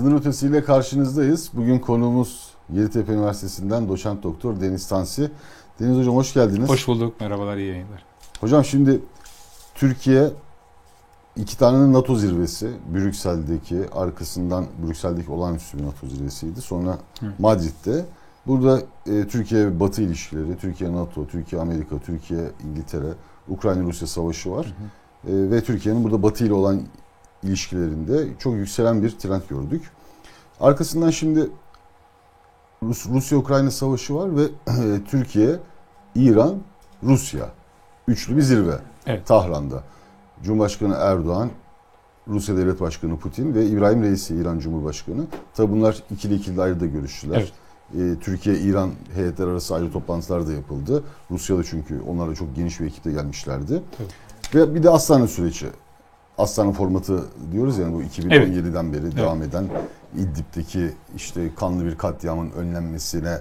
Sınır ötesiyle karşınızdayız. Bugün konuğumuz Yeditepe Üniversitesi'nden doçent doktor Deniz Tansi. Deniz Hocam hoş geldiniz. Hoş bulduk. Merhabalar, iyi yayınlar. Hocam şimdi Türkiye iki tane NATO zirvesi, Brüksel'deki olağanüstü bir NATO zirvesiydi. Sonra Madrid'de. Burada Türkiye Batı ilişkileri, Türkiye NATO, Türkiye Amerika, Türkiye İngiltere, Ukrayna-Rusya savaşı var. Ve Türkiye'nin burada Batı ile olan ilişkilerinde çok yükselen bir trend gördük. Arkasından şimdi Rusya-Ukrayna savaşı var ve Türkiye, İran, Rusya üçlü bir zirve. Evet. Tahran'da. Cumhurbaşkanı Erdoğan, Rusya Devlet Başkanı Putin ve İbrahim Reisi, İran Cumhurbaşkanı. Tabi bunlar ikili ayrı da görüştüler. Evet. Türkiye-İran heyetler arası ayrı toplantılar da yapıldı. Rusya'da çünkü onlarla çok geniş bir ekiple gelmişlerdi. Evet. Ve bir de Astana süreci. Astana formatı diyoruz yani bu 2017'den beri devam eden İdlib'deki işte kanlı bir katliamın önlenmesine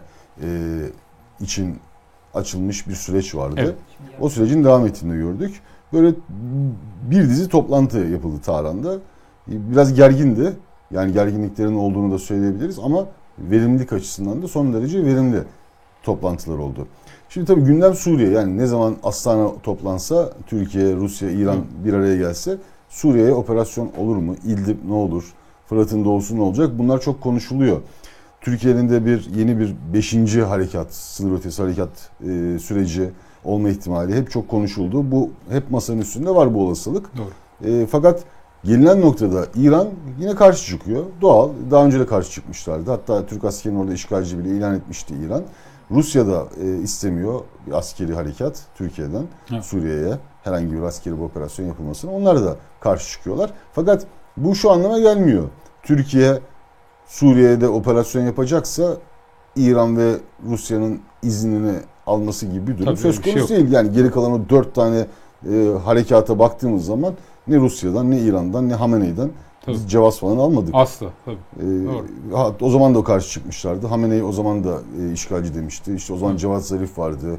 için açılmış bir süreç vardı. Evet. O sürecin devam ettiğini gördük. Böyle bir dizi toplantı yapıldı Tahran'da. Biraz gergindi. Yani gerginliklerin olduğunu da söyleyebiliriz ama verimlilik açısından da son derece verimli toplantılar oldu. Şimdi tabii gündem Suriye. Yani ne zaman Astana toplansa, Türkiye, Rusya, İran bir araya gelse Suriye'ye operasyon olur mu? İdlib ne olur? Fırat'ın doğusu ne olacak? Bunlar çok konuşuluyor. Türkiye'nin de yeni bir 5. harekat, sınır ötesi harekat süreci olma ihtimali hep çok konuşuldu. Bu hep masanın üstünde var bu olasılık. Doğru. Fakat gelinen noktada İran yine karşı çıkıyor. Doğal. Daha önce de karşı çıkmışlardı. Hatta Türk askerinin orada işgalci bile ilan etmişti İran. Rusya da istemiyor bir askeri harekat Türkiye'den Suriye'ye herhangi bir askeri bir operasyon yapılmasını. Onlar da karşı çıkıyorlar. Fakat bu şu anlama gelmiyor. Türkiye Suriye'de operasyon yapacaksa İran ve Rusya'nın iznini alması gibi bir durum söz konusu değil. Yani geri kalan o 4 tane harekata baktığımız zaman ne Rusya'dan, ne İran'dan, ne Hamenei'den biz cevaz falan almadık. Asla. Tabii. O zaman da o karşı çıkmışlardı. Hamenei o zaman da işgalci demişti. İşte o zaman Cevat Zarif vardı,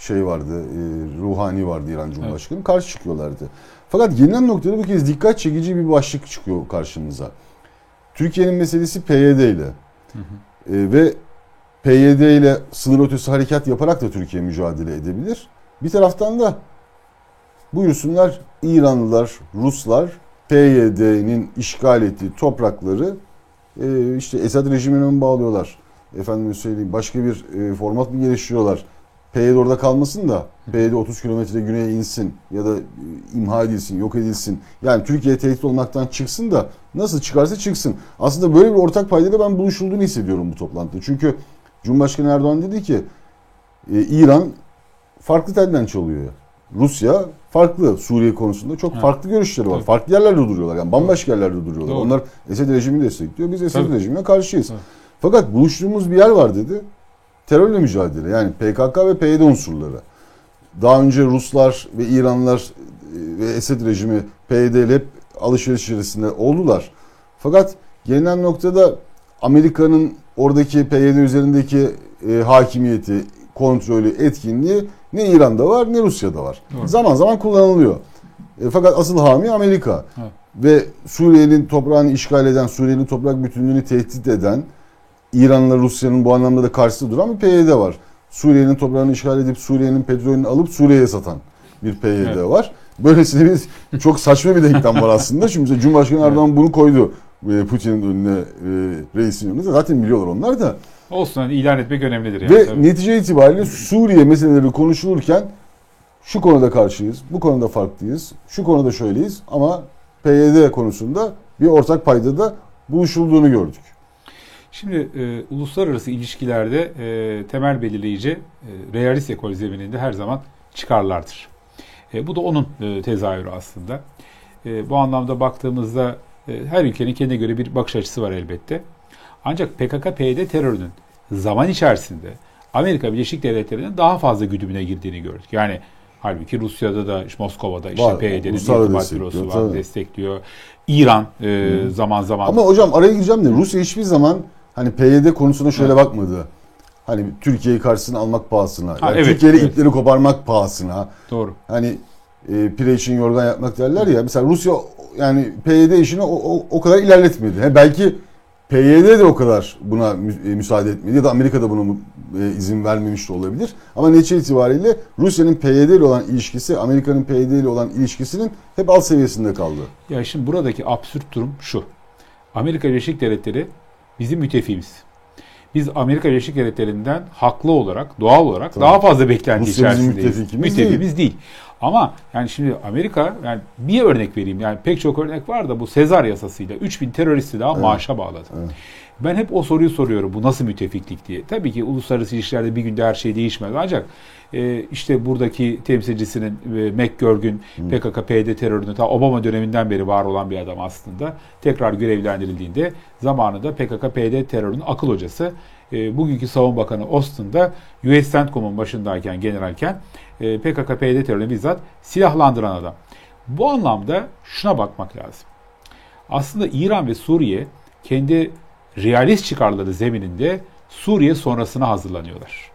Ruhani vardı İran Cumhurbaşkanı. Karşı çıkıyorlardı. Fakat gelinen noktada bu kez dikkat çekici bir başlık çıkıyor karşımıza. Türkiye'nin meselesi PYD ile. Ve PYD ile sınır ötesi harekat yaparak da Türkiye mücadele edebilir. Bir taraftan da buyursunlar İranlılar, Ruslar PYD'nin işgal ettiği toprakları işte Esad rejimine mi bağlıyorlar? Efendime söyleyeyim başka bir format mı geliştiriyorlar? PYD orada kalmasın da PYD 30 kilometre güneye insin ya da imha edilsin, yok edilsin. Yani Türkiye tehdit olmaktan çıksın da nasıl çıkarsa çıksın. Aslında böyle bir ortak paydada ben buluşulduğunu hissediyorum bu toplantıda. Çünkü Cumhurbaşkanı Erdoğan dedi ki İran farklı telden çalıyor. Rusya farklı Suriye konusunda çok farklı görüşleri var. Evet. Farklı yerlerde duruyorlar. Yani bambaşka yerlerde duruyorlar. Doğru. Onlar Esed rejimini destekliyor. Biz Esed rejimine karşıyız. Evet. Fakat buluştuğumuz bir yer var dedi. Terörle mücadele. Yani PKK ve PYD unsurları. Daha önce Ruslar ve İranlılar ve Esed rejimi PYD ile hep alışveriş içerisinde oldular. Fakat gelinen noktada Amerika'nın oradaki PYD üzerindeki hakimiyeti, kontrolü, etkinliği ne İran'da var ne Rusya'da var. Doğru. Zaman zaman kullanılıyor. Fakat asıl hami Amerika. Evet. Ve Suriye'nin toprağını işgal eden, Suriye'nin toprak bütünlüğünü tehdit eden, İran'la Rusya'nın bu anlamda da karşısında duran bir PYD var. Suriye'nin toprağını işgal edip Suriye'nin petrolünü alıp Suriye'ye satan bir PYD var. Böylesine bir çok saçma bir denklem var aslında. Şimdi Cumhurbaşkanı Erdoğan bunu koydu Putin'in önüne, reisin önüne. Zaten biliyorlar onlar da. Olsun hani ilan etmek önemlidir. Yani, ve tabii. Netice itibariyle Suriye meseleleri konuşulurken şu konuda karşıyız, bu konuda farklıyız, şu konuda şöyleyiz ama PYD konusunda bir ortak paydada buluşulduğunu gördük. Şimdi uluslararası ilişkilerde temel belirleyici realist ekol zemininde her zaman çıkarlardır. Bu da onun tezahürü aslında. Bu anlamda baktığımızda her ülkenin kendine göre bir bakış açısı var elbette. Ancak PKK-PYD terörünün zaman içerisinde Amerika Birleşik Devletleri'nin daha fazla güdümüne girdiğini gördük. Yani halbuki Rusya'da da Moskova'da işte PYD'nin irtibat bürosu var, destekliyor. İran zaman zaman... Ama hocam araya gireceğim de Rusya hiçbir zaman hani PYD konusuna şöyle bakmadı. Hani Türkiye'yi karşısına almak pahasına. Yani Türkiye'yle ipleri koparmak pahasına. Doğru. Hani pire için yorgan yapmak derler ya. Mesela Rusya yani PYD işini o kadar ilerletmedi. Belki PYD de o kadar buna müsaade etmedi ya da Amerika da buna izin vermemiş de olabilir. Ama netice itibariyle Rusya'nın PYD ile olan ilişkisi Amerika'nın PYD ile olan ilişkisinin hep alt seviyesinde kaldı. Ya şimdi buradaki absürt durum şu. Amerika Birleşik Devletleri bizim müttefiğimiz. Biz Amerika Birleşik Devletleri'nden haklı olarak, doğal olarak daha fazla beklenti içerisindeyiz. Müttefiğimiz değil. Ama yani şimdi Amerika, yani bir örnek vereyim. Yani pek çok örnek var da bu Sezar yasasıyla 3000 teröristi daha maaşa bağladı. Evet. Ben hep o soruyu soruyorum. Bu nasıl müttefiklik diye. Tabii ki uluslararası ilişkilerde bir günde her şey değişmez. Ancak işte buradaki temsilcisinin McGurk'ün PKK-PYD terörünü ta Obama döneminden beri var olan bir adam aslında. Tekrar görevlendirildiğinde zamanında PKK-PYD terörünün akıl hocası. Bugünkü Savunma Bakanı Austin'da US CENTCOM'un başındayken, generalken PKK-PYD terörünü bizzat silahlandıran adam. Bu anlamda şuna bakmak lazım. Aslında İran ve Suriye kendi realist çıkarları zemininde Suriye sonrasına hazırlanıyorlar.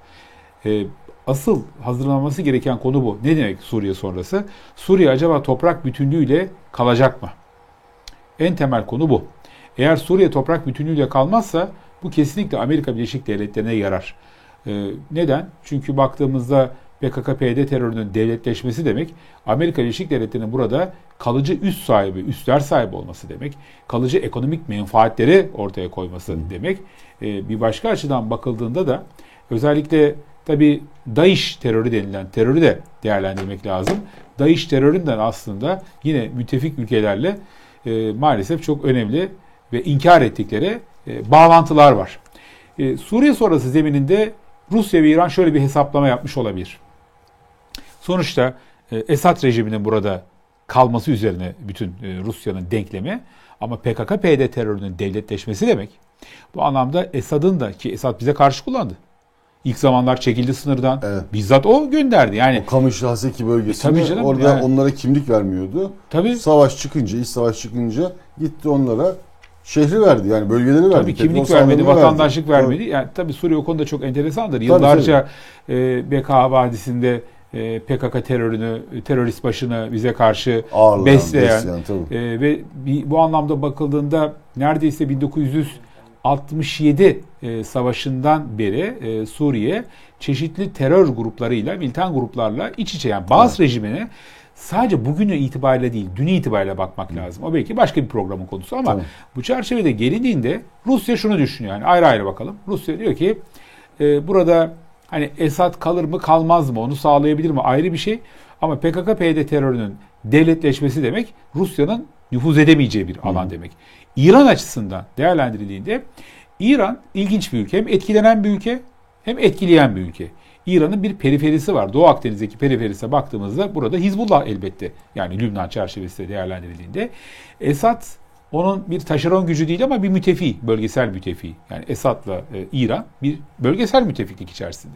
Asıl hazırlanması gereken konu bu. Ne demek Suriye sonrası? Suriye acaba toprak bütünlüğüyle kalacak mı? En temel konu bu. Eğer Suriye toprak bütünlüğüyle kalmazsa bu kesinlikle Amerika Birleşik Devletleri'ne yarar. Neden? Çünkü baktığımızda PKK-PYD terörünün devletleşmesi demek, Amerika Birleşik Devletleri'nin burada kalıcı üsler sahibi olması demek, kalıcı ekonomik menfaatleri ortaya koyması demek. Bir başka açıdan bakıldığında da özellikle tabii DAEŞ terörü denilen terörü de değerlendirmek lazım. DAEŞ teröründen aslında yine müttefik ülkelerle maalesef çok önemli ve inkar ettikleri bağlantılar var. Suriye sonrası zemininde Rusya ve İran şöyle bir hesaplama yapmış olabilir. Sonuçta Esad rejiminin burada kalması üzerine bütün Rusya'nın denklemi, ama PKK-PYD terörünün devletleşmesi demek. Bu anlamda Esad'ın da, ki Esad bize karşı kullandı. İlk zamanlar çekildi sınırdan. Evet. Bizzat o gönderdi. Yani o Kamışlı Haseki bölgesinde orada yani, onlara kimlik vermiyordu. Tabii. Savaş çıkınca, iç savaş çıkınca gitti onlara şehri verdi. Yani bölgeleri verdi. Tabii kimlik vermedi, vatandaşlık vermedi. Tabii. Yani tabii Suriye o konuda çok enteresandır. Yıllarca Bekaa Vadisi'nde PKK terörünü, terörist başını bize karşı besleyen ve bu anlamda bakıldığında neredeyse 1967 savaşından beri Suriye çeşitli terör gruplarıyla, militan gruplarla iç içe, yani Baas rejimine sadece bugünü itibariyle değil, dünü itibariyle bakmak lazım. O belki başka bir programın konusu ama bu çerçevede gelindiğinde Rusya şunu düşünüyor. Yani ayrı ayrı bakalım. Rusya diyor ki burada hani Esad kalır mı kalmaz mı, onu sağlayabilir mi ayrı bir şey. Ama PKK-PYD terörünün devletleşmesi demek Rusya'nın nüfuz edemeyeceği bir alan demek. İran açısından değerlendirildiğinde İran ilginç bir ülke. Hem etkilenen bir ülke hem etkileyen bir ülke. İran'ın bir periferisi var. Doğu Akdeniz'deki periferisine baktığımızda burada Hizbullah elbette. Yani Lübnan çerçevesinde değerlendirildiğinde Esad onun bir taşeron gücü değil ama bir müttefi, bölgesel müttefi. Yani Esad'la İran bir bölgesel müttefiklik içerisinde.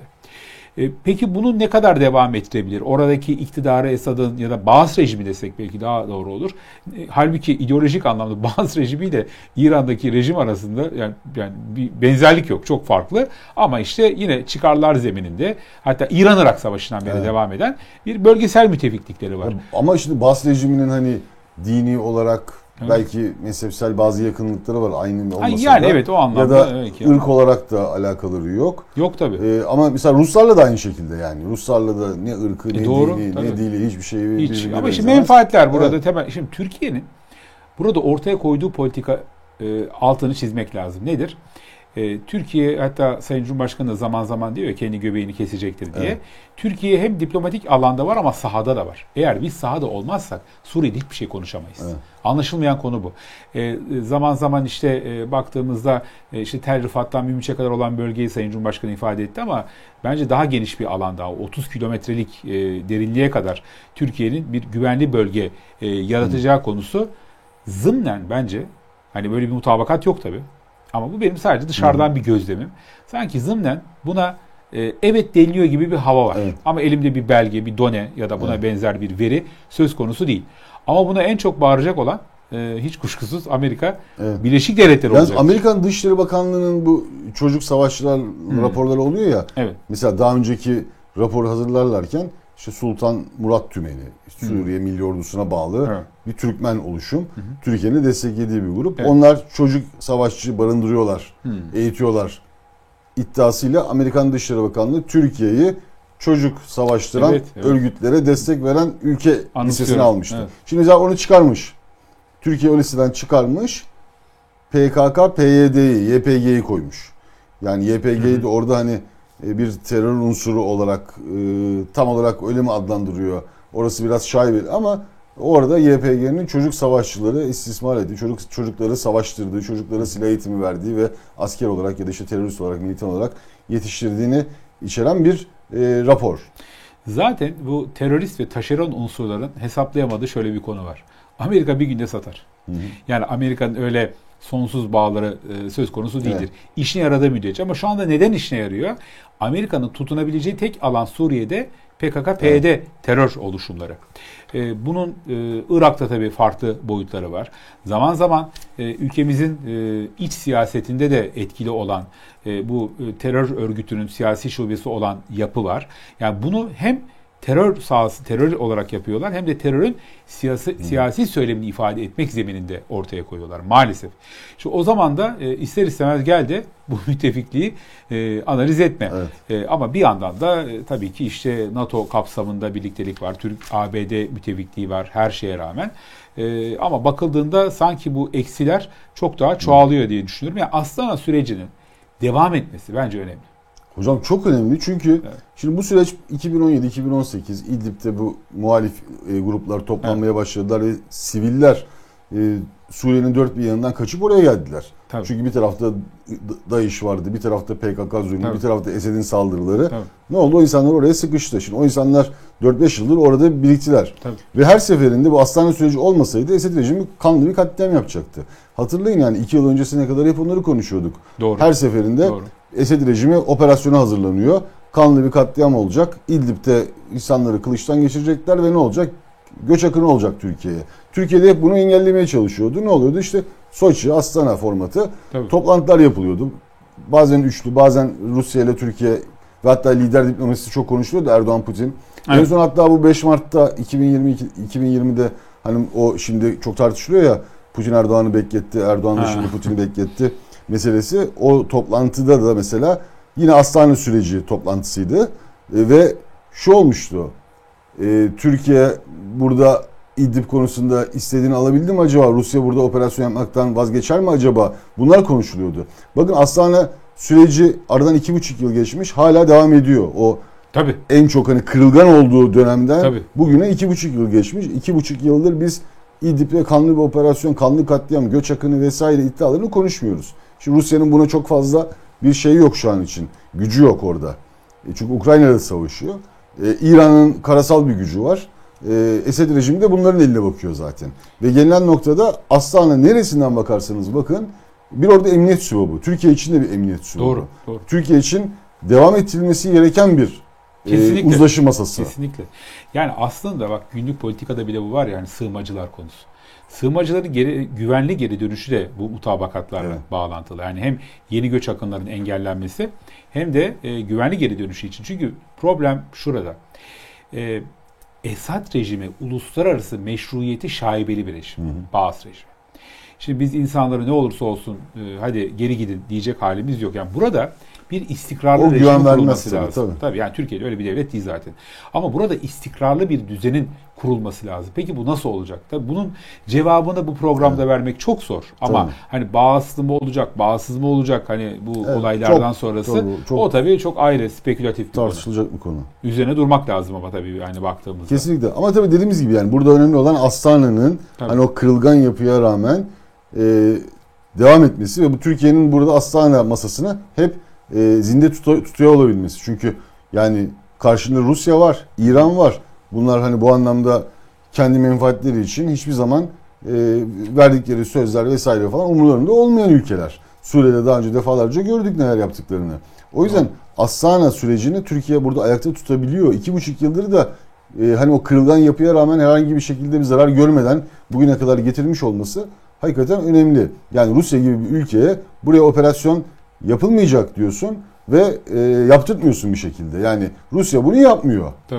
Peki bunu ne kadar devam ettirebilir? Oradaki iktidarı Esad'ın ya da Baas rejimi desek belki daha doğru olur. Halbuki ideolojik anlamda Baas rejimiyle İran'daki rejim arasında yani bir benzerlik yok. Çok farklı. Ama işte yine çıkarlar zemininde, hatta İran-Irak Savaşı'ndan beri devam eden bir bölgesel müttefiklikleri var. Ama şimdi Baas rejiminin hani dini olarak belki mezhepsel bazı yakınlıkları var, aynı olmasa yani da. Evet, o anlamda. Ya da ırk olarak da alakaları yok. Yok tabii. Ama mesela Ruslarla da aynı şekilde yani. Ruslarla da ne ırkı, ne doğru, dini, tabii. ne dili, hiçbir şey hiç. Ama şimdi menfaatler burada temel. Şimdi Türkiye'nin burada ortaya koyduğu politika altını çizmek lazım. Nedir? Türkiye, hatta Sayın Cumhurbaşkanı da zaman zaman diyor ya, kendi göbeğini kesecektir diye. Evet. Türkiye hem diplomatik alanda var ama sahada da var. Eğer biz sahada olmazsak Suriye'de hiçbir şey konuşamayız. Evet. Anlaşılmayan konu bu. Zaman zaman işte baktığımızda işte Tel Rifat'tan Münbiç'e kadar olan bölgeyi Sayın Cumhurbaşkanı ifade etti ama bence daha geniş bir alanda, 30 kilometrelik derinliğe kadar Türkiye'nin bir güvenli bölge yaratacağı konusu zımnen bence, hani böyle bir mutabakat yok tabii. Ama bu benim sadece dışarıdan bir gözlemim. Sanki zımnen buna evet deniliyor gibi bir hava var. Evet. Ama elimde bir belge, bir done ya da buna benzer bir veri söz konusu değil. Ama buna en çok bağıracak olan hiç kuşkusuz Amerika Birleşik Devletleri olacak. Amerikan Dışişleri Bakanlığı'nın bu çocuk savaşçılar raporları oluyor ya. Evet. Mesela daha önceki raporu hazırlarlarken işte Sultan Murat Tümeni, Suriye Milli Ordusu'na bağlı Evet. bir Türkmen oluşum. Türkiye'nin desteklediği bir grup. Evet. Onlar çocuk savaşçı barındırıyorlar, eğitiyorlar iddiasıyla Amerikan Dışişleri Bakanlığı Türkiye'yi çocuk savaştıran Evet. örgütlere destek veren ülke Anlatıyorum. listesine almıştı. Evet. Şimdi zaten onu çıkarmış. Türkiye o listeden çıkarmış. PKK, PYD'yi, YPG'yi koymuş. Yani YPG'yi de orada hani bir terör unsuru olarak tam olarak öyle mi adlandırıyor? Orası biraz şaibeli ama orada YPG'nin çocuk savaşçıları istismar ettiği, çocukları savaştırdığı, çocuklara silah eğitimi verdiği ve asker olarak ya da işte terörist olarak, militan olarak yetiştirdiğini içeren bir rapor. Zaten bu terörist ve taşeron unsurların hesaplayamadığı şöyle bir konu var. Amerika bir günde satar. Yani Amerika'nın öyle sonsuz bağları söz konusu değildir. Evet. İşine yaradığı müddetçe. Ama şu anda neden işine yarıyor? Amerika'nın tutunabileceği tek alan Suriye'de PKK-PYD terör oluşumları. Bunun Irak'ta tabii farklı boyutları var. Zaman zaman ülkemizin iç siyasetinde de etkili olan bu terör örgütünün siyasi şubesi olan yapı var. Yani bunu hem terör sahası, terör olarak yapıyorlar hem de terörün siyasi söylemini ifade etmek zemininde ortaya koyuyorlar maalesef. Şimdi o zaman da ister istemez gel de bu müttefikliği analiz etme. Evet. Ama bir yandan da tabii ki işte NATO kapsamında birliktelik var, Türk-ABD müttefikliği var her şeye rağmen. Ama bakıldığında sanki bu eksiler çok daha çoğalıyor diye düşünüyorum. Yani Astana sürecinin devam etmesi bence önemli. Hocam çok önemli çünkü şimdi bu süreç 2017-2018 İdlib'de bu muhalif gruplar toplanmaya başladılar ve siviller Suriye'nin dört bir yanından kaçıp oraya geldiler. Tabii. Çünkü bir tarafta DAEŞ vardı, bir tarafta PKK zulmü, Tabii. bir tarafta Esed'in saldırıları. Tabii. Ne oldu? O insanlar oraya sıkıştı. Şimdi o insanlar 4-5 yıldır orada biriktiler. Tabii. Ve her seferinde bu Astana süreci olmasaydı Esed rejimi kanlı bir katliam yapacaktı. Hatırlayın yani 2 yıl öncesine kadar hep onları konuşuyorduk. Doğru. Her seferinde Doğru. Esed rejimi operasyona hazırlanıyor. Kanlı bir katliam olacak. İdlib'de insanları kılıçtan geçirecekler ve ne olacak? Göç akını olacak Türkiye'ye. Türkiye'de hep bunu engellemeye çalışıyordu. Ne oluyordu? İşte Soçi, Astana formatı Tabii. toplantılar yapılıyordu. Bazen üçlü, bazen Rusya ile Türkiye ve hatta lider diplomasisi çok konuşuluyordu Erdoğan, Putin. Evet. En son hatta bu 5 Mart'ta 2020'de hani o şimdi çok tartışılıyor ya Putin Erdoğan'ı bekletti, Erdoğan da şimdi Putin'i bekletti meselesi. O toplantıda da mesela yine Astana süreci toplantısıydı ve şu olmuştu. Türkiye burada İdlib konusunda istediğini alabildi mi acaba? Rusya burada operasyon yapmaktan vazgeçer mi acaba? Bunlar konuşuluyordu. Bakın Astana süreci aradan 2,5 yıl geçmiş hala devam ediyor. O Tabii. en çok hani kırılgan olduğu dönemden Tabii. bugüne 2,5 yıl geçmiş. 2,5 yıldır biz İdlib'de kanlı bir operasyon, kanlı katliam, göç akını vesaire iddialarını konuşmuyoruz. Şimdi Rusya'nın buna çok fazla bir şey yok şu an için. Gücü yok orada. Çünkü Ukrayna'da savaşıyor. İran'ın karasal bir gücü var. Esed rejimi de bunların eline bakıyor zaten. Ve gelinen noktada Astana neresinden bakarsanız bakın bir orada emniyet sübabı. Türkiye için de bir emniyet sübabı. Doğru. Doğru. Türkiye için devam ettirilmesi gereken bir uzlaşı masası. Kesinlikle. Yani aslında bak günlük politikada bile bu var ya hani sığınmacılar konusu. Sığınmacıların güvenli geri dönüşü de bu mutabakatlarla bağlantılı. Yani hem yeni göç akınlarının engellenmesi hem de güvenli geri dönüşü için. Çünkü problem şurada. Esad rejimi uluslararası meşruiyeti şaibeli bir rejim. Baas rejimi. Şimdi biz insanları ne olursa olsun hadi geri gidin diyecek halimiz yok. Yani burada bir istikrarlı rejim kurulması lazım. Tabii yani Türkiye'de öyle bir devlet değil zaten. Ama burada istikrarlı bir düzenin kurulması lazım. Peki bu nasıl olacak? Tabii bunun cevabını bu programda vermek çok zor. Ama hani bağımsız mı olacak, bağımsız mı olacak hani bu olaylardan sonrası o tabii çok ayrı spekülatif bir tartışılacak bir konu. Üzerine durmak lazım ama tabii yani baktığımızda. Kesinlikle. Ama tabii dediğimiz gibi yani burada önemli olan Astana'nın hani o kırılgan yapıya rağmen devam etmesi ve bu Türkiye'nin burada Astana masasını hep zinde tutuyor olabilmesi. Çünkü yani karşında Rusya var, İran var. Bunlar hani bu anlamda kendi menfaatleri için hiçbir zaman verdikleri sözler vesaire falan umurlarında olmayan ülkeler. Suriye'de daha önce defalarca gördük neler yaptıklarını. O yüzden Astana sürecini Türkiye burada ayakta tutabiliyor. 2,5 yıldır da hani o kırılgan yapıya rağmen herhangi bir şekilde bir zarar görmeden bugüne kadar getirmiş olması hakikaten önemli. Yani Rusya gibi bir ülkeye buraya operasyon yapılmayacak diyorsun ve yaptırtmıyorsun bir şekilde. Yani Rusya bunu yapmıyor. Tabii.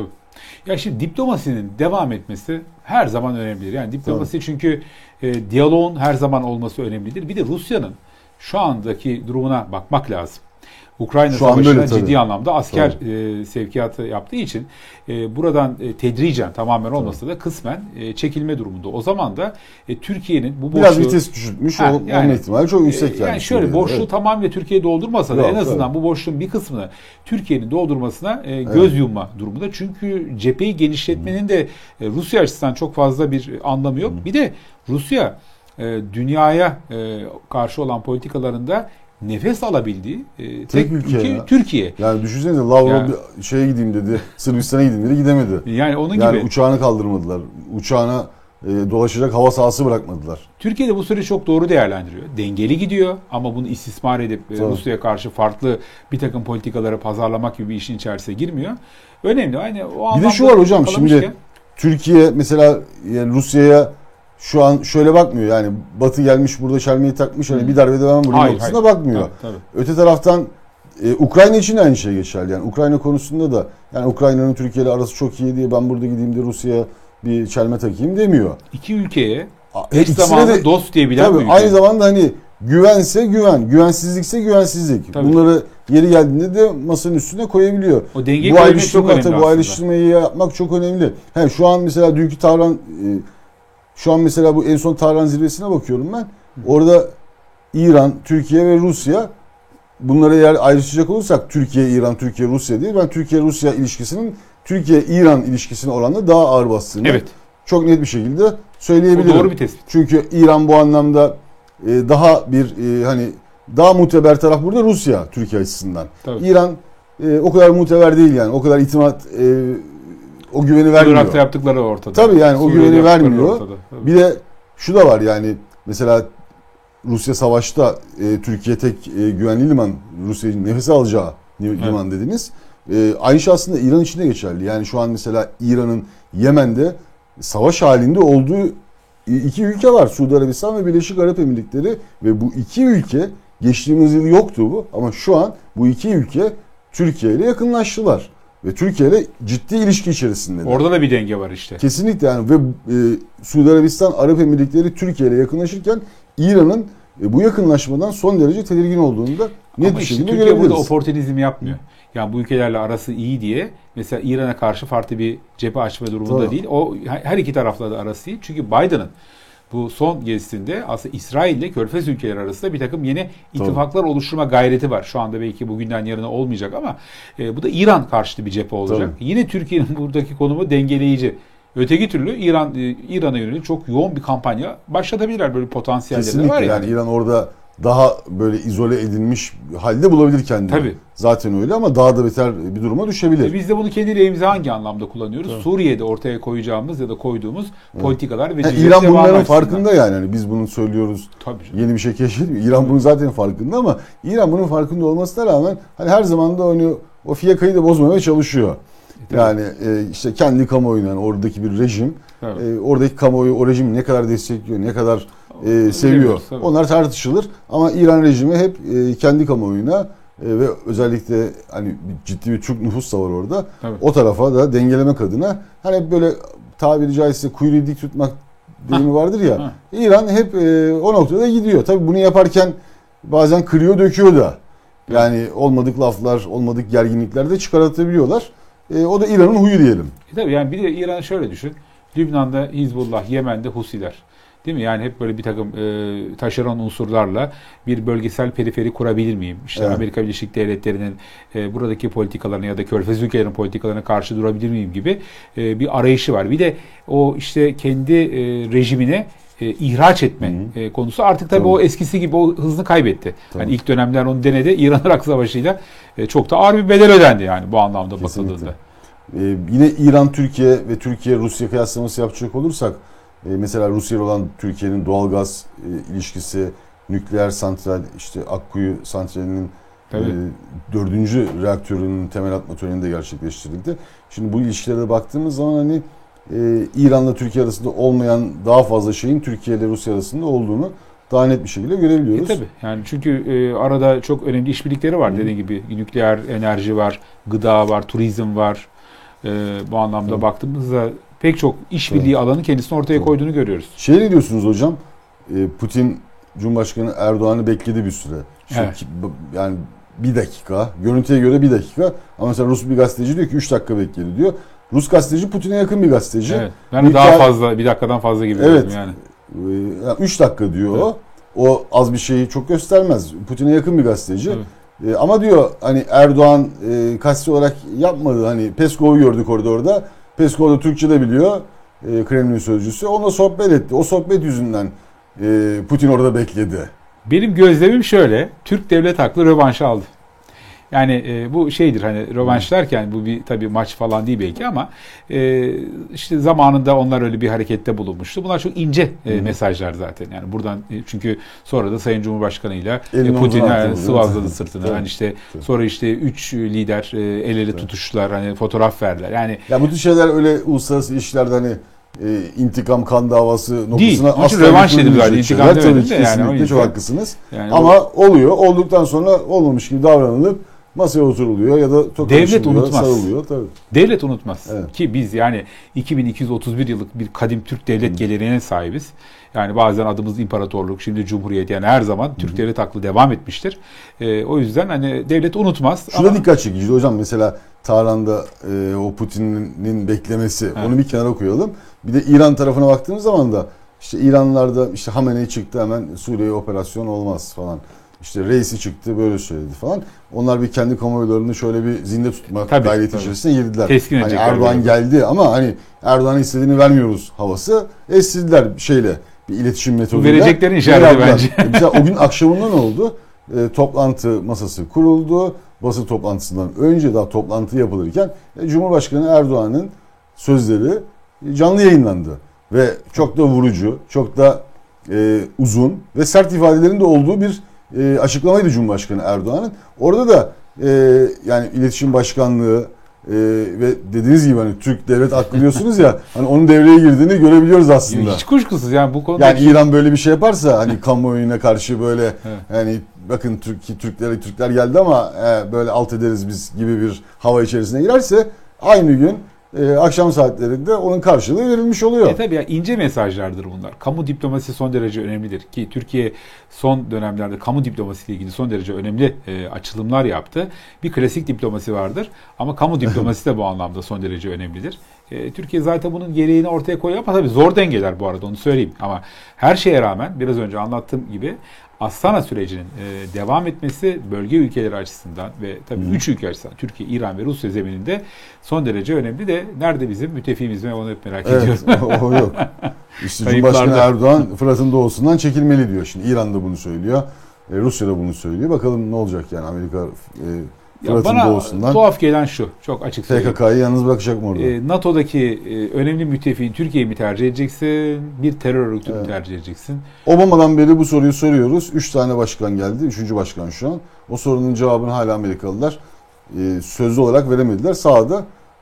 Ya şimdi diplomasinin devam etmesi her zaman önemlidir. Yani diplomasi çünkü diyaloğun her zaman olması önemlidir. Bir de Rusya'nın şu andaki durumuna bakmak lazım. Ukrayna Savaşı'na ciddi anlamda asker sevkiyatı yaptığı için buradan tedricen tamamen olmasa da kısmen çekilme durumunda. O zaman da Türkiye'nin bu boşluğu... Biraz vites düşürtmüş olma ihtimali çok yüksek yani. Yani şöyle boşluğu tamamıyla Türkiye doldurmasa da en azından bu boşluğun bir kısmını Türkiye'nin doldurmasına göz yumma durumunda. Çünkü cepheyi genişletmenin de Rusya açısından çok fazla bir anlamı yok. Bir de Rusya dünyaya karşı olan politikalarında nefes alabildiği tek ülke Türkiye. Yani düşünsenize Lavrov bir şeye gideyim dedi, Sırbistan'a gideyim dedi, gidemedi. Yani onun yani gibi. Uçağını kaldırmadılar. Uçağına dolaşacak hava sahası bırakmadılar. Türkiye de bu süreci çok doğru değerlendiriyor. Dengeli gidiyor ama bunu istismar edip Rusya'ya karşı farklı bir takım politikaları pazarlamak gibi bir işin içerisine girmiyor. Önemli. Aynı o anlamda. Bir de şu var hocam şimdi Türkiye mesela yani Rusya'ya şu an şöyle bakmıyor yani Batı gelmiş burada çelmeyi takmış hani bir darbede ben vurayım noktasına bakmıyor. Tabii. Öte taraftan Ukrayna için de aynı şey geçerli. Yani Ukrayna konusunda da yani Ukrayna'nın Türkiye ile arası çok iyi diye ben burada gideyim de Rusya'ya bir çelme takayım demiyor. İki ülkeye eş zamanlı dost diyebilen bir ülke. Aynı zamanda hani güvense güven, güvensizlikse güvensizlik. Tabii. Bunları yeri geldiğinde de masanın üstüne koyabiliyor. O dengeyi koymak çok önemli aslında. Bu ayrıştırmayı yapmak çok önemli. He, şu an mesela dünkü Tahran şu an mesela bu en son Tahran zirvesine bakıyorum ben. Orada İran, Türkiye ve Rusya bunlara eğer ayrışacak olursak Türkiye, İran, Türkiye, Rusya değil. Ben Türkiye-Rusya ilişkisinin Türkiye-İran ilişkisine oranla daha ağır bastığını çok net bir şekilde söyleyebilirim. O doğru bir tespit. Çünkü İran bu anlamda daha bir hani daha muteber taraf burada Rusya Türkiye açısından. Tabii. İran o kadar muteber değil yani. O kadar itimat o güveni vermiyor. Irak'ta yaptıkları ortada. Tabii yani Suriye'de o güveni vermiyor. Tabii. Bir de şu da var yani mesela Rusya savaşta Türkiye tek güvenli liman, Rusya'nın nefes alacağı liman dediniz. Aynı şey aslında İran için de geçerli. Yani şu an mesela İran'ın Yemen'de savaş halinde olduğu iki ülke var. Suudi Arabistan ve Birleşik Arap Emirlikleri ve bu iki ülke geçtiğimiz yıl yoktu bu ama şu an bu iki ülke Türkiye ile yakınlaştılar. Ve Türkiye ile ciddi ilişki içerisinde. Orada da bir denge var işte. Kesinlikle yani ve Suudi Arabistan, Arap Emirlikleri Türkiye ile yakınlaşırken İran'ın bu yakınlaşmadan son derece tedirgin olduğunu da net bir şekilde Türkiye görebiliriz. burada oportunizm yapmıyor. Yani bu ülkelerle arası iyi diye mesela İran'a karşı farklı bir cephe açma durumunda değil. O her iki tarafla da arası iyi. Çünkü Biden'ın bu son gezisinde aslında İsrail ile Körfez ülkeleri arasında bir takım yeni ittifaklar oluşturma gayreti var. Şu anda belki bugünden yarına olmayacak ama bu da İran karşıtı bir cephe olacak. Yine Türkiye'nin buradaki konumu dengeleyici. Öteki türlü İran'a yönelik çok yoğun bir kampanya başlatabilirler, böyle potansiyelleri var yani İran orada daha böyle izole edilmiş halde bulabilir kendini. Tabii. Zaten öyle ama daha da beter bir duruma düşebilir. Biz de bunu kendi lehimize hangi anlamda kullanıyoruz? Tabii. Suriye'de ortaya koyacağımız ya da koyduğumuz politikalar ve İran bunların farkında yani. Hani biz bunu söylüyoruz. Tabii. Yeni bir şey keşfetmiyor. İran bunun zaten farkında ama İran bunun farkında olmasına rağmen hani her zaman da o fiyakayı da bozmamaya çalışıyor. Yani işte kendi kamuoyundan yani oradaki bir rejim, oradaki kamuoyu o rejimi ne kadar destekliyor, ne kadar seviyor. Onlar tartışılır ama İran rejimi hep kendi kamuoyuna ve özellikle hani ciddi bir Türk nüfus da var orada. O tarafa da dengelemek adına hani böyle tabiri caizse kuyruğu dik tutmak deyimi vardır ya. İran hep o noktada gidiyor. Tabii bunu yaparken bazen kırıyor, döküyor da. Yani olmadık laflar, olmadık gerginlikler de çıkartabiliyorlar. O da İran'ın huyu diyelim. Tabii yani bir de İran'ı şöyle düşün. Lübnan'da Hizbullah, Yemen'de Husiler. Değil mi? Yani hep böyle bir takım taşeron unsurlarla bir bölgesel periferi kurabilir miyim? İşte Amerika Birleşik Devletleri'nin buradaki politikalarına ya da Körfez ülkelerinin politikalarına karşı durabilir miyim gibi bir arayışı var. Bir de o işte kendi rejimine ihraç etme konusu artık tabii o eskisi gibi o hızını kaybetti. Hani ilk dönemler onu denedi. İran-Irak Savaşı'yla çok da ağır bir bedel ödendi yani bu anlamda bakıldığında. Yine İran-Türkiye ve Türkiye-Rusya kıyaslaması yapacak olursak mesela Rusya ile olan Türkiye'nin doğalgaz ilişkisi, nükleer santral, işte Akkuyu santralinin 4. reaktörünün temel atma töreninde gerçekleştirildi. Şimdi bu ilişkilere de baktığımız zaman hani İran'la Türkiye arasında olmayan daha fazla şeyin Türkiye ile Rusya arasında olduğunu daha net bir şekilde görebiliyoruz. Tabii. Yani çünkü arada çok önemli işbirlikleri var. Dediğim gibi nükleer enerji var, gıda var, turizm var. Bu anlamda baktığımızda pek çok işbirliği alanı kendisini ortaya koyduğunu görüyoruz. Ne diyorsunuz hocam? Putin Cumhurbaşkanı Erdoğan'ı bekledi bir süre. Evet. Yani bir dakika. Görüntüye göre bir dakika. Ama mesela Rus bir gazeteci diyor ki 3 dakika bekledi diyor. Rus gazeteci Putin'e yakın bir gazeteci. Evet. Ben daha fazla, bir dakikadan fazla gibi gördüm yani. 3 dakika diyor o. O az bir şeyi çok göstermez. Putin'e yakın bir gazeteci. Ama diyor hani Erdoğan kasti olarak yapmadı. Hani Peskov'u gördük orada. Peskov da Türkçe de biliyor. Kremlin sözcüsü. Onunla sohbet etti. O sohbet yüzünden Putin orada bekledi. Benim gözlemim şöyle. Türk devlet haklı rövanşı aldı. Yani bu şeydir hani rövanş derken bu bir tabii maç falan değil belki ama işte zamanında onlar öyle bir harekette bulunmuştu. Bunlar çok ince mesajlar zaten. Yani buradan çünkü sonra da Sayın Cumhurbaşkanı'yla Putin sıvazladı sırtını. Yani işte sonra işte 3 lider el ele tutuştular, hani fotoğraf verdiler. Yani ya bu tür şeyler öyle uluslararası ilişkilerde hani intikam kan davası noktasına asla rövanş dedim zaten. İntikam demedim de yani çok haklısınız. Yani ama oluyor. Olduktan sonra olmamış gibi davranılıp masaya oturuluyor ya da devlet unutmaz. Sarılıyor, tabii. Devlet unutmaz. Evet. Ki biz yani 2231 yıllık bir kadim Türk devlet geleneğine sahibiz. Yani bazen adımız imparatorluk, şimdi cumhuriyet, yani her zaman Türk devlet aklı devam etmiştir. O yüzden hani devlet unutmaz. Şurada dikkat çekici hocam, mesela Tahran'da o Putin'in beklemesi, onu bir kenara koyalım. Bir de İran tarafına baktığımız zaman da işte İranlılarda işte Hamenei çıktı, hemen Suriye'ye operasyon olmaz falan. İşte reisi çıktı böyle söyledi falan. Onlar bir kendi kamuoylarını şöyle bir zinde tutma gayreti içerisine girdiler. Hani Erdoğan geldi ama hani Erdoğan'ın istediğini vermiyoruz havası estirdiler şeyle, bir iletişim metoduyla. Vereceklerin işareti bence. Mesela o gün akşamında ne oldu? Toplantı masası kuruldu. Basın toplantısından önce, daha toplantı yapılırken Cumhurbaşkanı Erdoğan'ın sözleri canlı yayınlandı. Ve çok da vurucu, çok da uzun ve sert ifadelerin de olduğu bir açıklamaydı Cumhurbaşkanı Erdoğan'ın. Orada da yani iletişim başkanlığı ve dediğiniz gibi hani Türk devlet hakkı diyorsunuz ya, hani onun devreye girdiğini görebiliyoruz aslında. Hiç kuşkusuz yani bu konuda. Yani İran böyle bir şey yaparsa hani kamuoyuna karşı böyle yani bakın Türkler geldi ama böyle alt ederiz biz gibi bir hava içerisine girerse aynı gün akşam saatlerinde onun karşılığı verilmiş oluyor. Tabii ya, ince mesajlardır bunlar. Kamu diplomasisi son derece önemlidir ki Türkiye son dönemlerde kamu diplomasisiyle ilgili son derece önemli açılımlar yaptı. Bir klasik diplomasi vardır ama kamu diplomasisi de bu anlamda son derece önemlidir. Türkiye zaten bunun gereğini ortaya koyuyor ama tabii zor dengeler, bu arada onu söyleyeyim. Ama her şeye rağmen biraz önce anlattığım gibi Astana sürecinin devam etmesi bölge ülkeleri açısından ve tabii 3 ülke açısından Türkiye, İran ve Rusya zemininde son derece önemli. De nerede bizim müttefiğimiz mi, onu hep merak ediyorum. O yok. İşte Cumhurbaşkanı Erdoğan Fırat'ın doğusundan çekilmeli diyor. Şimdi İran da bunu söylüyor. Rusya da bunu söylüyor. Bakalım ne olacak yani, Amerika Fırat'ın doğusundan. Bana tuhaf gelen şu, çok açık söyleyeyim. PKK'yı yalnız bırakacak mı orada? NATO'daki önemli müttefiğin Türkiye'yi mi tercih edeceksin, bir terör örgütünü mü tercih edeceksin? Obama'dan beri bu soruyu soruyoruz. 3 tane başkan geldi. 3. başkan şu an. O sorunun cevabını hala Amerikalılar sözlü olarak veremediler. Sahada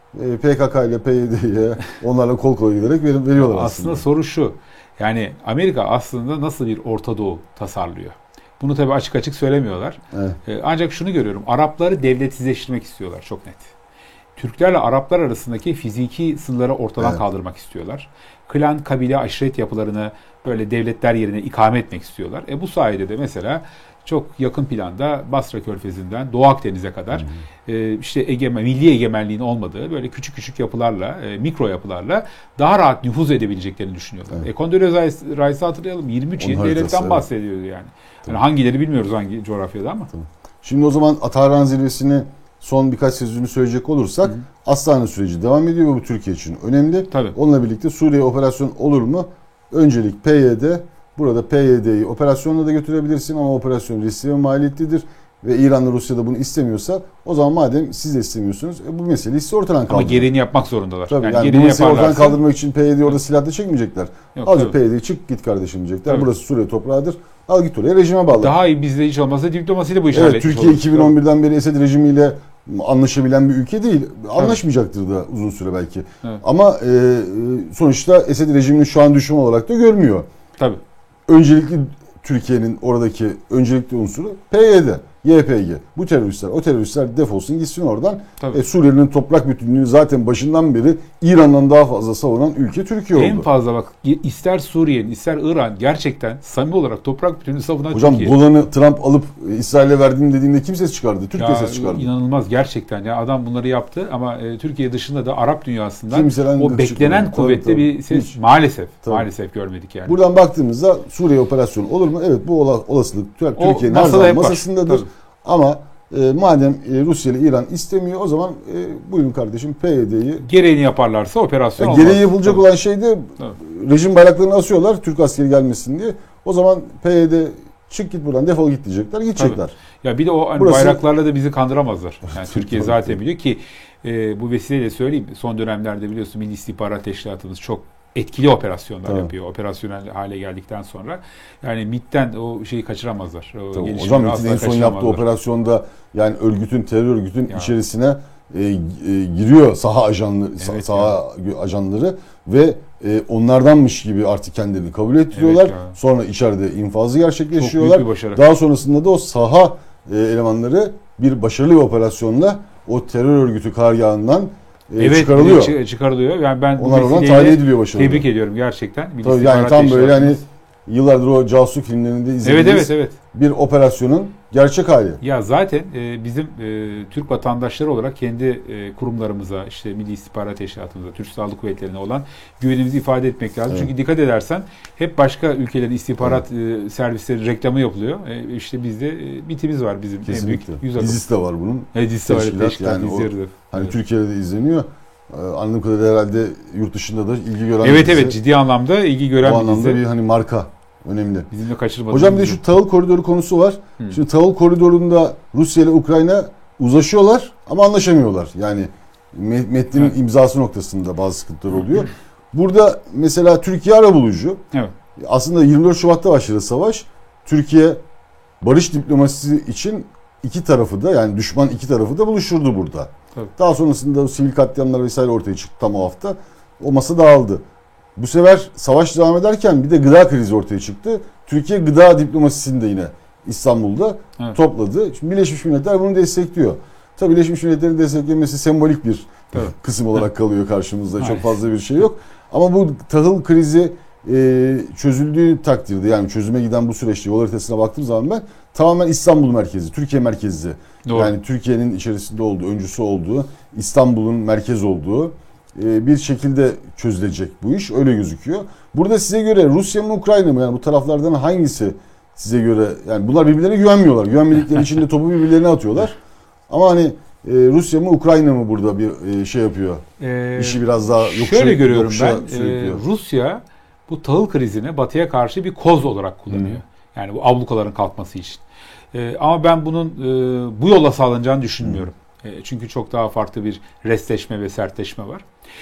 PKK ile PYD'ye onlarla kol kola giderek veriyorlar aslında. Aslında soru şu. Yani Amerika aslında nasıl bir Orta Doğu tasarlıyor? Bunu tabii açık açık söylemiyorlar. Evet. Ancak şunu görüyorum. Arapları devletsizleştirmek istiyorlar çok net. Türklerle Araplar arasındaki fiziki sınırları ortadan kaldırmak istiyorlar. Klan, kabile, aşiret yapılarını böyle devletler yerine ikame etmek istiyorlar. Bu sayede de mesela çok yakın planda Basra Körfezi'nden Doğu Akdeniz'e kadar işte milli egemenliğin olmadığı böyle küçük küçük yapılarla, mikro yapılarla daha rahat nüfuz edebileceklerini düşünüyorlar. Evet. Kondolize Rice'ı hatırlayalım. 23 yeni devletten bahsediyordu yani. Yani hangileri bilmiyoruz, hangi coğrafyada ama. Tamam. Şimdi o zaman Tahran zirvesini son birkaç sözünü söyleyecek olursak, Astana süreci devam ediyor ve bu Türkiye için önemli. Tabii. Onunla birlikte Suriye operasyon olur mu? Öncelik PYD. Burada PYD'yi operasyonla da götürebilirsin ama operasyon riskli ve maliyetlidir. Ve İran'la Rusya da bunu istemiyorsa, o zaman madem siz de istemiyorsunuz bu meseleyi size ortadan kaldırın. Ama gereğini yapmak zorundalar. Tabii yani bu meseleyi ortadan kaldırmak için PYD'yi orada silahla çekmeyecekler. Azıcık PYD'yi çık git kardeşim diyecekler. Tabii. Burası Suriye toprağıdır. Al git oraya, rejime bağlı. Daha iyi, bizde hiç olmazsa diplomasiyle bu işi halletmiş Türkiye 2011'den beri Esed rejimiyle anlaşabilen bir ülke değil. Anlaşmayacaktır da uzun süre belki. Evet. Ama sonuçta Esed rejiminin şu an düşman olarak da görmüyor. Tabii. Öncelikli Türkiye'nin oradaki öncelikli unsuru PYD. YPG. Bu teröristler, o teröristler defolsun gitsin oradan. Tabii. Suriye'nin toprak bütünlüğünü zaten başından beri İran'dan daha fazla savunan ülke Türkiye oldu. En fazla bak ister Suriye'nin ister İran gerçekten samimi olarak toprak bütünlüğünü savunan Hocam Türkiye. Golan'ı Trump alıp İsrail'e verdiğim dediğinde kim ses çıkardı? Türkiye ses çıkardı. İnanılmaz gerçekten ya adam bunları yaptı ama Türkiye dışında da Arap dünyasından Kimseden o de beklenen çıkmadı. kuvvetli Tabii. bir ses Hiç. maalesef görmedik yani. Buradan baktığımızda Suriye operasyonu olur mu? Evet, bu olasılık Türkiye'nin her masada zaman hep var. masasındadır. Tabii. Ama madem Rusya ile İran istemiyor, o zaman buyurun kardeşim PYD'yi. Gereğini yaparlarsa operasyon olmaz. Gereği yapılacak Tabii. olan şey de rejim bayraklarını asıyorlar Türk askeri gelmesin diye. O zaman PYD çık git buradan, defol git diyecekler, gidecekler. Tabii. Ya bir de o hani Burası... bayraklarla da bizi kandıramazlar. Yani Türkiye Tabii. zaten biliyor ki bu vesileyle söyleyeyim. Son dönemlerde biliyorsun Milli İstihbarat Teşkilatımız çok etkili operasyonlar Tabii. yapıyor. Operasyonel hale geldikten sonra yani MİT'ten o şeyi kaçıramazlar. Hocam MİT'in en son yaptığı operasyonda yani terör örgütün içerisine giriyor saha ajanları, evet ajanları ve onlardanmış gibi artık kendilerini kabul ettiriyorlar. Evet sonra içeride infazı gerçekleşiyorlar. Çok büyük bir başarı. Daha sonrasında da o saha elemanları bir başarılı bir operasyonla o terör örgütü karargahından çıkarılıyor. Çıkarılıyor. Yani ben onlar oradan tahliye ediliyor başarılı. Tebrik ediyorum gerçekten. Tabii yani tam böyle hani yıllardır o casus filmlerinde izlediğimiz bir operasyonun gerçek hali. Ya zaten bizim Türk vatandaşları olarak kendi kurumlarımıza, işte Milli İstihbarat Teşkilatımıza, Türk Silahlı Kuvvetleri'ne olan güvenimizi ifade etmek lazım. Evet. Çünkü dikkat edersen hep başka ülkelerin istihbarat servisleri reklamı yapılıyor. İşte bizde BİT'imiz var bizim. Kesinlikle. En büyük dizisi de var bunun. Dizisi de var. Yani hani evet. Türkiye'de de izleniyor. Anladığım kadarıyla herhalde yurt dışında da ilgi gören bir dizi. Evet ciddi anlamda ilgi gören bir dizi. Bu anlamda bir hani marka önemli. Bizim de kaçırmadığımız. Hocam bir de şu tahıl koridoru konusu var. Şimdi tahıl koridorunda Rusya ile Ukrayna uzlaşıyorlar ama anlaşamıyorlar. Yani metnin imzası noktasında bazı sıkıntılar oluyor. Burada mesela Türkiye arabulucu. Evet. Aslında 24 Şubat'ta başladı savaş. Türkiye barış diplomasisi için iki tarafı da yani düşman iki tarafı da buluşturdu burada. Tabii. Daha sonrasında sivil katliamlar vesaire ortaya çıktı tam o hafta. O masa dağıldı. Bu sefer savaş devam ederken bir de gıda krizi ortaya çıktı. Türkiye gıda diplomasisini de yine İstanbul'da topladı. Şimdi Birleşmiş Milletler bunu destekliyor. Tabii Birleşmiş Milletler'in desteklemesi sembolik bir kısım olarak kalıyor karşımızda. Çok fazla bir şey yok. Ama bu tahıl krizi çözüldüğü takdirde yani çözüme giden bu süreçte yol haritasına baktığım zaman ben tamamen İstanbul merkezi, Türkiye merkezli. Doğru. Yani Türkiye'nin içerisinde olduğu, öncüsü olduğu, İstanbul'un merkez olduğu bir şekilde çözülecek bu iş. Öyle gözüküyor. Burada size göre Rusya mı Ukrayna mı? Yani bu taraflardan hangisi size göre? Yani bunlar birbirlerine güvenmiyorlar. Güvenmedikleri için de topu birbirlerine atıyorlar. Ama hani Rusya mı Ukrayna mı burada bir şey yapıyor? İşi biraz daha şöyle görüyorum ben. Rusya bu tahıl krizini Batı'ya karşı bir koz olarak kullanıyor. Yani bu ablukaların kalkması için. Ama ben bunun bu yolla sağlanacağını düşünmüyorum. Çünkü çok daha farklı bir restleşme ve sertleşme var.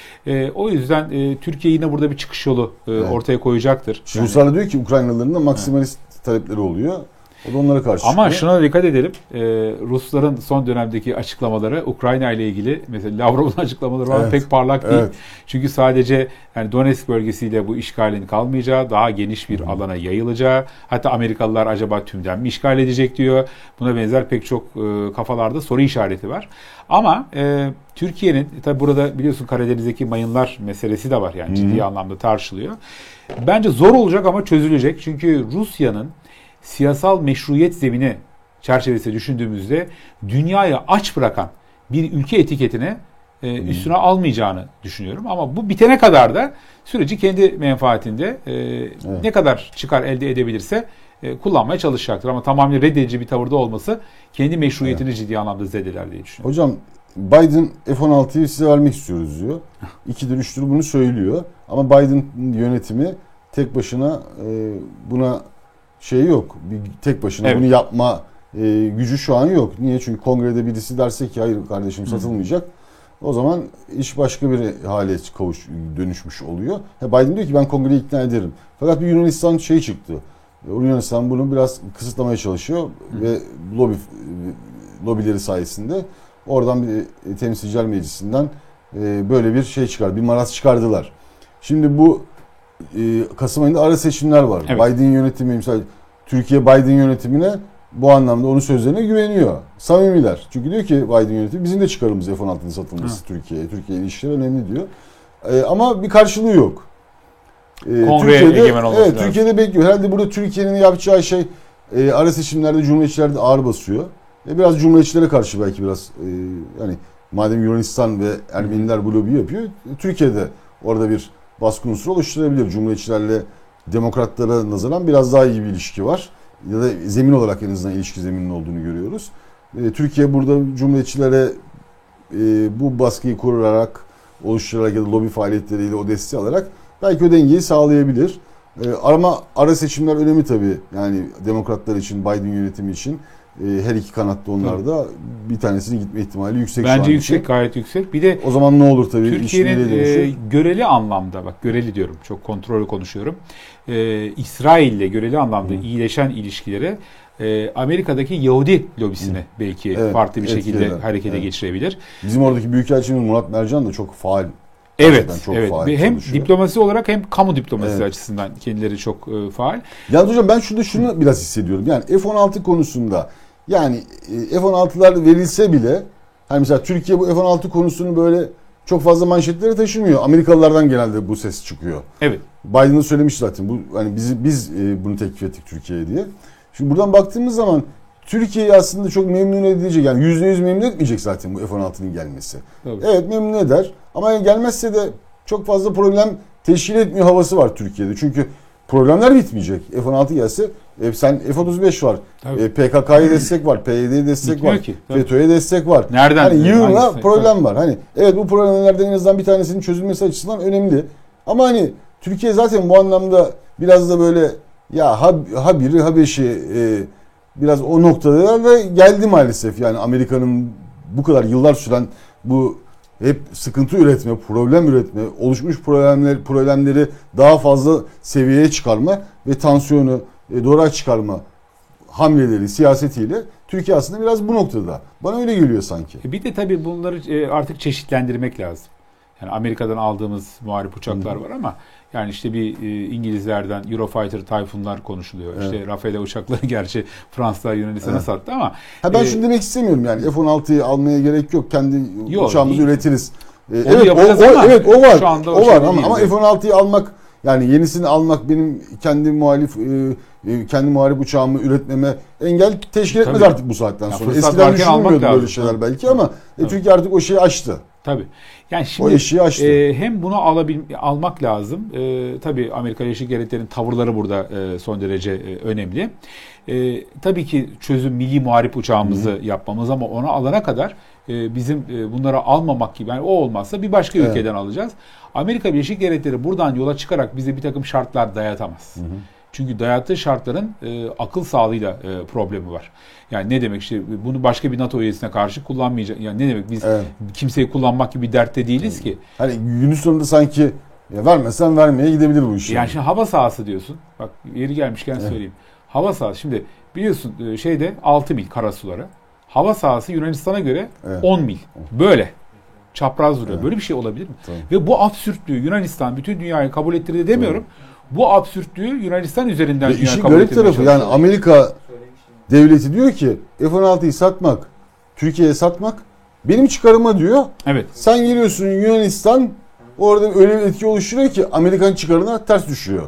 O yüzden Türkiye yine burada bir çıkış yolu ortaya koyacaktır. Ruslar diyor ki Ukraynalıların da maksimalist talepleri oluyor. O da onlara karşı ama çıkıyor. şuna dikkat edelim. Rusların son dönemdeki açıklamaları Ukrayna ile ilgili mesela Lavrov'un açıklamaları var pek parlak değil. Çünkü sadece yani Donetsk bölgesiyle bu işgalin kalmayacağı, daha geniş bir alana yayılacağı, hatta Amerikalılar acaba tümden mi işgal edecek diyor. Buna benzer pek çok kafalarda soru işareti var. Ama Türkiye'nin tabi burada biliyorsun Karadeniz'deki mayınlar meselesi de var yani ciddi anlamda tartışılıyor. Bence zor olacak ama çözülecek. Çünkü Rusya'nın siyasal meşruiyet zemini çerçevesinde düşündüğümüzde dünyayı aç bırakan bir ülke etiketine üstüne almayacağını düşünüyorum. Ama bu bitene kadar da süreci kendi menfaatinde ne kadar çıkar elde edebilirse kullanmaya çalışacaktır. Ama tamamen reddedici bir tavırda olması kendi meşruiyetini ciddi anlamda zedeler diye düşünüyorum. Hocam Biden F-16'yı size vermek istiyoruz diyor. 2'dir 3'tür bunu söylüyor. Ama Biden yönetimi tek başına buna şey yok. Tek başına bunu yapma gücü şu an yok. Niye? Çünkü kongrede birisi derse ki hayır kardeşim satılmayacak. O zaman iş başka bir hale dönüşmüş oluyor. Biden diyor ki ben kongreyi ikna ederim. Fakat bir Yunanistan şey çıktı. Yunanistan bunu biraz kısıtlamaya çalışıyor ve lobileri sayesinde oradan bir temsilciler meclisinden böyle bir şey çıkar. Bir maraz çıkardılar. Şimdi bu Kasım ayında ara seçimler var. Evet. Biden yönetimi mesela Türkiye Biden yönetimine bu anlamda onun sözlerine güveniyor. Samimiler. Çünkü diyor ki Biden yönetimi bizim de çıkarımız F-16'nın satılması Türkiye'ye. Türkiye ilişkileri önemli diyor. Ama bir karşılığı yok. Kongreye egemen olması lazım. Türkiye'de bekliyor. Herhalde burada Türkiye'nin yapacağı şey ara seçimlerde Cumhuriyetçilerde ağır basıyor. Biraz Cumhuriyetçilere karşı belki biraz yani madem Yunanistan ve Ermeniler bu lobi yapıyor, Türkiye'de orada bir baskı unsuru oluşturabilir. Cumhuriyetçilerle demokratlara nazaran biraz daha iyi bir ilişki var. Ya da zemin olarak en azından ilişki zemininin olduğunu görüyoruz. Türkiye burada Cumhuriyetçilere bu baskıyı kurarak, oluşturarak ya da lobi faaliyetleriyle o desteği alarak belki o dengeyi sağlayabilir. Ama ara seçimler önemli tabii. Yani demokratlar için, Biden yönetimi için her iki kanatta onlar da bir tanesinin gitme ihtimali yüksek. Bence yüksek, gayet yüksek. Bir de o zaman ne olur tabii? Türkiye'nin göreli anlamda, bak göreli diyorum, çok kontrollü konuşuyorum. İsrail'le göreli anlamda iyileşen ilişkileri Amerika'daki Yahudi lobisine belki farklı bir şekilde harekete geçirebilir. Bizim oradaki büyükelçimiz Murat Mercan da çok faal. Evet, çok evet. Faal Hem çalışıyor. diplomasi olarak hem kamu diplomasisi açısından kendileri çok faal. Yalnız hocam ben şunu biraz hissediyorum. Yani F-16 konusunda yani F-16'lar verilse bile hani mesela Türkiye bu F-16 konusunu böyle çok fazla manşetlere taşımıyor. Amerikalılardan genelde bu ses çıkıyor. Evet. Biden'ı söylemiş zaten. Bu hani biz bunu teklif ettik Türkiye'ye diye. Şimdi buradan baktığımız zaman Türkiye'yi aslında çok memnun edecek. Yani %100 memnun etmeyecek zaten bu F-16'nın gelmesi. Tabii. Evet memnun eder. Ama yani gelmezse de çok fazla problem teşkil etmiyor havası var Türkiye'de. Çünkü problemler bitmeyecek. F-16 gelse sen F-35 var. PKK'ya destek var. PYD'ye destek Bitmiyor var. ki, FETÖ'ye destek var. Nereden? Hani yığınla problem var. Hani evet bu problemlerden en azından bir tanesinin çözülmesi açısından önemli. Ama hani Türkiye zaten bu anlamda biraz da böyle ya ha biri ha beşi biraz o noktada da geldi maalesef. Yani Amerika'nın bu kadar yıllar süren bu hep sıkıntı üretme, problem üretme, oluşmuş problemleri daha fazla seviyeye çıkarma ve tansiyonu doğru çıkarma hamleleri, siyasetiyle Türkiye aslında biraz bu noktada. Bana öyle geliyor sanki. Bir de tabii bunları artık çeşitlendirmek lazım. Yani Amerika'dan aldığımız muharip uçaklar var ama yani işte bir İngilizlerden Eurofighter, Typhoon'lar konuşuluyor. Evet. İşte Rafale uçakları gerçi Fransa'ya Yunanistan'a sattı ama. Ben şunu demek istemiyorum yani F-16'yı almaya gerek yok. Kendi uçağımızı üretiriz. Evet o var. Şu anda o var ama F-16'yı almak yani yenisini almak benim kendi muharip uçağımı üretmeme engel teşkil etmez artık bu saatten sonra. Eskiden düşünülmüyordu böyle şeyler belki ama Türkiye artık o şeyi aştı. Tabii. Yani şimdi o eşiği aştı. Hem bunu almak lazım. Tabii Amerika Birleşik Devletleri'nin tavırları burada son derece önemli. Tabii ki çözüm milli muharip uçağımızı yapmamız ama onu alana kadar bizim bunları almamak gibi yani o olmazsa bir başka ülkeden alacağız. Amerika Birleşik Devletleri buradan yola çıkarak bize bir takım şartlar dayatamaz. Çünkü dayattığı şartların akıl sağlığıyla problemi var. Yani ne demek işte bunu başka bir NATO üyesine karşı kullanmayacak. Yani ne demek biz kimseyi kullanmak gibi bir dertte değiliz ki. Hani Yunanistan'da sanki vermesen vermeye gidebilir bu iş. Yani şimdi hava sahası diyorsun. Bak yeri gelmişken söyleyeyim. Hava sahası şimdi biliyorsun 6 mil karasuları. Hava sahası Yunanistan'a göre 10 mil. Böyle. Çapraz duruyor. Böyle bir şey olabilir mi? Tabii. Ve bu absürtlüğü Yunanistan bütün dünyayı kabul ettirdi demiyorum. Bu absürtlüğü Yunanistan üzerinden dünya kabul ettirmeye tarafı yani Amerika devleti diyor ki F-16'yı satmak, Türkiye'ye satmak benim çıkarıma diyor. Evet. Sen giriyorsun Yunanistan orada öyle bir etki oluşturuyor ki Amerikan çıkarına ters düşüyor.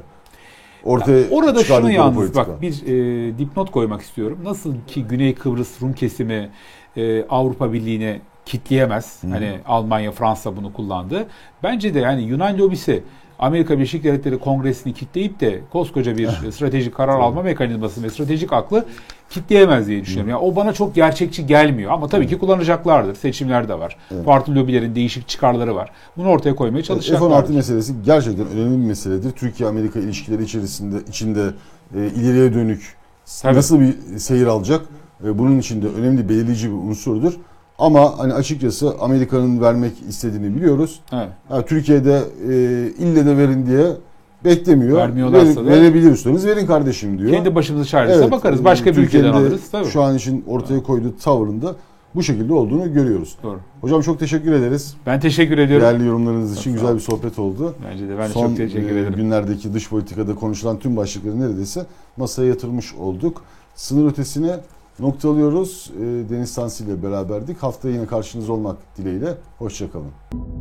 Orada şunu yalnız bak bir dipnot koymak istiyorum. Nasıl ki Güney Kıbrıs Rum kesimi Avrupa Birliği'ne kitleyemez. Hani Almanya, Fransa bunu kullandı. Bence de yani Yunan lobisi Amerika Birleşik Devletleri Kongresi'ni kitleyip de koskoca bir stratejik karar alma mekanizması ve stratejik aklı kitleyemez diye düşünüyorum. Yani o bana çok gerçekçi gelmiyor ama tabii ki kullanacaklardır. Seçimler de var. Farklı lobilerin değişik çıkarları var. Bunu ortaya koymaya çalışacaklardır. F-16 meselesi gerçekten önemli bir meseledir. Türkiye-Amerika ilişkileri içinde ileriye dönük nasıl bir seyir alacak? Bunun içinde önemli belirleyici bir unsurdur. Ama hani açıkçası Amerika'nın vermek istediğini biliyoruz. Evet. Yani Türkiye'de ille de verin diye beklemiyor. Vermiyorlarsa verebilirseniz verin kardeşim diyor. Kendi başımızı çaresine bakarız. Başka bir ülkeden alırız. Tabii. Şu an için ortaya koyduğu tavrında bu şekilde olduğunu görüyoruz. Doğru. Hocam çok teşekkür ederiz. Ben teşekkür ediyorum. Değerli yorumlarınız için güzel bir sohbet oldu. Bence de ben de çok teşekkür ederim. Son günlerdeki dış politikada konuşulan tüm başlıkları neredeyse masaya yatırmış olduk. Sınır ötesine noktalıyoruz. Deniz Tansi ile beraberdik. Haftaya yine karşınızda olmak dileğiyle. Hoşça kalın.